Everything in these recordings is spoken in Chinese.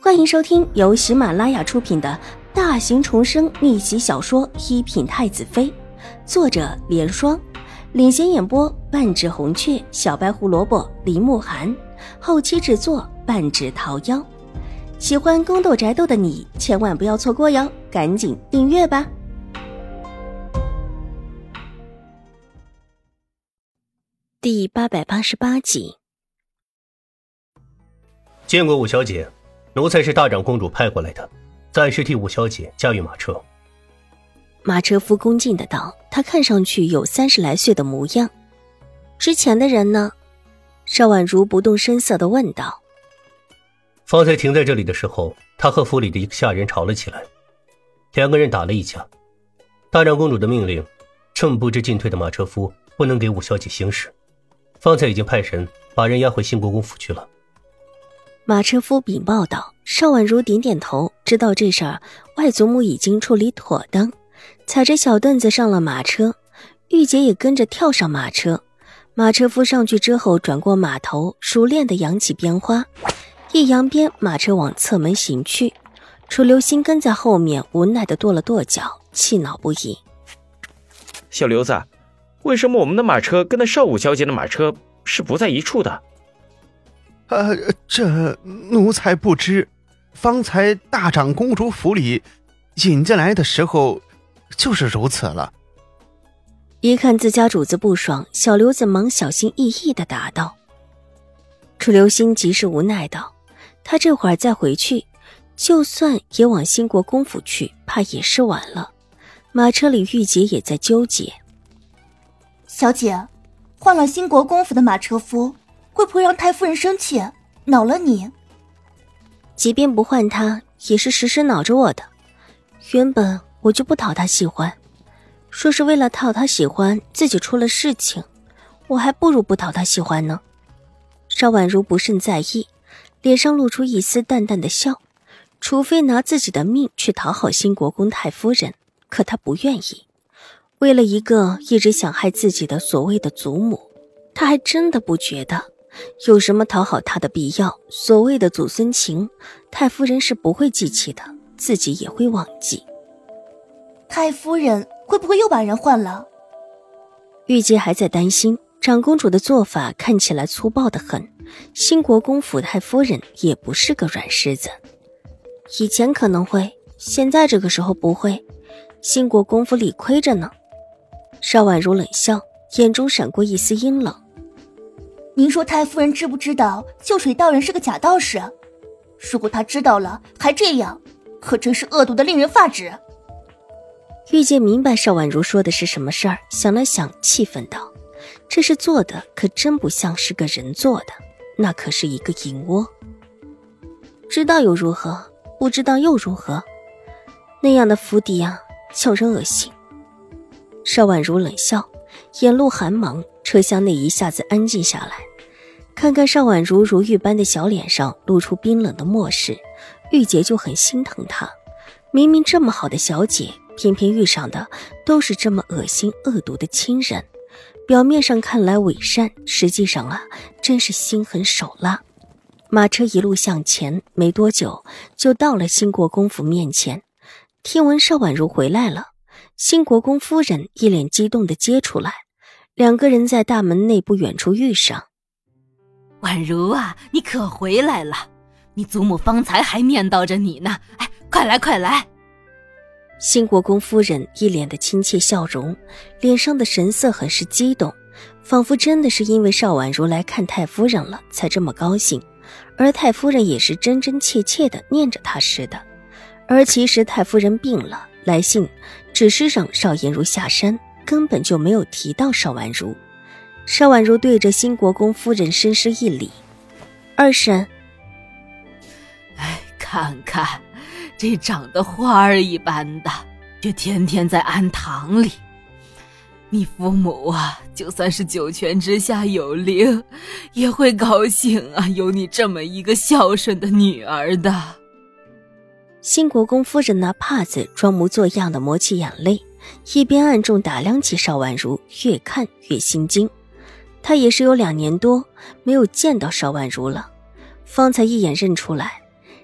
欢迎收听由喜马拉雅出品的大型重生逆袭小说《一品太子妃》，作者莲霜，领衔演播半指红雀、小白胡萝卜、林慕寒，后期制作半指桃夭。喜欢宫斗宅斗的你千万不要错过哟，赶紧订阅吧。第888集。 见过五小姐，奴才是大长公主派过来的，暂时替五小姐驾驭马车。 马车夫恭敬的道，他看上去有30来岁的模样。之前的人呢？邵婉如不动声色的问道。 方才停在这里的时候，他和府里的一个下人吵了起来，2个人打了一架。大长公主的命令，正不知进退的马车夫不能给五小姐行驶，方才已经派人把人押回兴国公府去了。 马车夫禀报道。邵婉如点点头，知道这事儿外祖母已经处理妥当，踩着小凳子上了马车，玉洁也跟着跳上马车。马车夫上去之后，转过马头，熟练地扬起鞭花，一扬鞭，马车往侧门行去。楚留心跟在后面，无奈地跺了跺脚，气恼不已。 小刘子，为什么我们的马车跟那邵五小姐的马车是不在一处的？ 这奴才不知，方才大长公主府里引进来的时候就是如此了。 一看自家主子不爽，小刘子忙小心翼翼地答道。楚留心极是无奈道，他这会儿再回去，就算也往兴国公府去，怕也是晚了。马车里玉洁也在纠结。 小姐，换了兴国公府的马车夫，会不会让太夫人生气，恼了你？ 即便不换他，也是时时恼着我的。原本我就不讨他喜欢，说是为了讨他喜欢，自己出了事情，我还不如不讨他喜欢呢。邵婉如不甚在意，脸上露出一丝淡淡的笑，除非拿自己的命去讨好兴国公太夫人，可她不愿意。为了一个一直想害自己的所谓的祖母，她还真的不觉得有什么讨好她的必要。所谓的祖孙情，太夫人是不会记起的，自己也会忘记。 太夫人会不会又把人换了？ 玉洁还在担心，长公主的做法看起来粗暴得很，兴国公府太夫人也不是个软柿子。以前可能会，现在这个时候不会，兴国公府理亏着呢。邵婉如冷笑，眼中闪过一丝阴冷。 您说太夫人知不知道秀水道人是个假道士？如果她知道了还这样，可真是恶毒的令人发指。 玉洁明白邵婉如说的是什么事儿，想了想，气愤道，这事做的可真不像是个人做的，那可是一个淫窝。知道又如何，不知道又如何？那样的府邸啊，叫人恶心。邵婉如冷笑，眼露寒芒，车厢内一下子安静下来。看看邵婉如如玉般的小脸上露出冰冷的漠视，玉洁就很心疼她。明明这么好的小姐，偏偏遇上的都是这么恶心恶毒的亲人。表面上看来伪善，实际上啊，真是心狠手辣。马车一路向前，没多久就到了兴国公府面前。听闻邵婉如回来了，兴国公夫人一脸激动地接出来，2个人在大门内不远处遇上。 婉如啊，你可回来了，你祖母方才还念叨着你呢，哎，快来快来。 兴国公夫人一脸的亲切笑容，脸上的神色很是激动，仿佛真的是因为邵婉如来看太夫人了才这么高兴，而太夫人也是真真切切的念着她似的。而其实太夫人病了，来信只是让邵颜如下山，根本就没有提到邵婉如。邵婉如对着兴国公夫人深施一礼，二婶。 哎，看看这长得花儿一般的，却天天在庵堂里。你父母啊，就算是九泉之下有灵，也会高兴啊，有你这么一个孝顺的女儿的。 兴国公夫人拿帕子装模作样的抹起眼泪，一边暗中打量起邵婉如，越看越心惊。她也是有2年多没有见到邵婉如了，方才一眼认出来，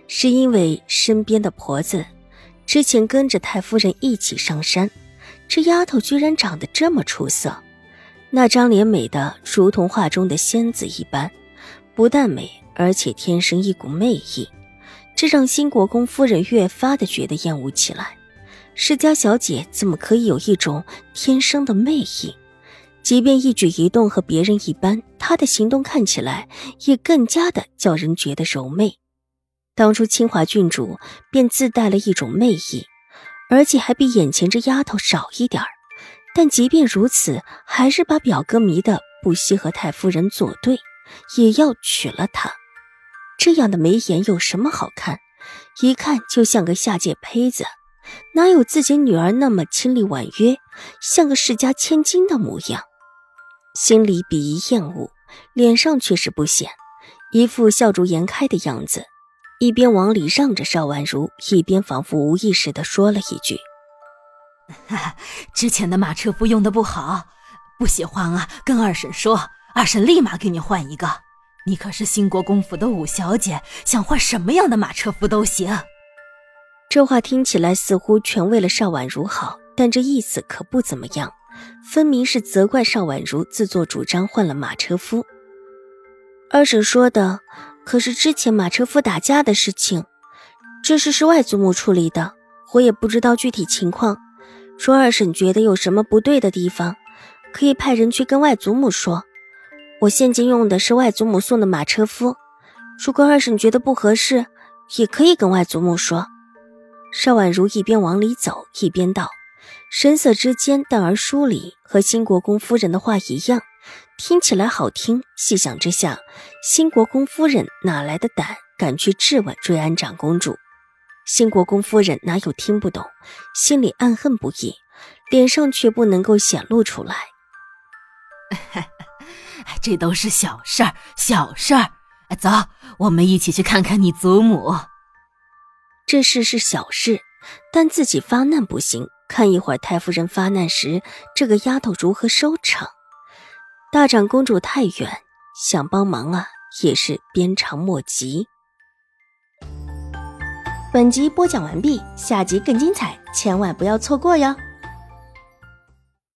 是因为身边的婆子之前跟着太夫人一起上山，这丫头居然长得这么出色，那张脸美得如同画中的仙子一般，不但美，而且天生一股魅意，这让新国公夫人越发的觉得厌恶起来。世家小姐怎么可以有一种天生的魅意？即便一举一动和别人一般，她的行动看起来也更加的叫人觉得柔媚。当初清华郡主便自带了一种魅意，而且还比眼前这丫头少一点儿，但即便如此，还是把表哥迷得不惜和太夫人作对，也要娶了她。这样的眉眼有什么好看？一看就像个下界胚子，哪有自己女儿那么清丽婉约，像个世家千金的模样？心里鄙夷厌恶，脸上却是不显，一副笑逐颜开的样子，一边往里让着邵婉如，一边仿佛无意识地说了一句： 之前的马车夫用的不好，不喜欢啊，跟二婶说，二婶立马给你换一个。你可是新国公府的五小姐，想换什么样的马车夫都行。 这话听起来似乎全为了邵婉如好，但这意思可不怎么样，分明是责怪邵婉如自作主张换了马车夫。二婶说的可是之前马车夫打架的事情，这事是外祖母处理的，我也不知道具体情况。说二婶觉得有什么不对的地方，可以派人去跟外祖母说。我现今用的是外祖母送的马车夫，如果二婶觉得不合适，也可以跟外祖母说。邵婉如一边往里走一边道，神色之间淡而疏离，和新国公夫人的话一样，听起来好听。细想之下，新国公夫人哪来的胆敢去质问瑞安长公主？新国公夫人哪有听不懂，心里暗恨不已，脸上却不能够显露出来。 这都是小事儿，小事儿。走，我们一起去看看你祖母。 这事是小事，但自己发难不行，看一会儿太夫人发难时，这个丫头如何收场。大长公主太远，想帮忙啊，也是鞭长莫及。 本集播讲完毕，下集更精彩，千万不要错过哟。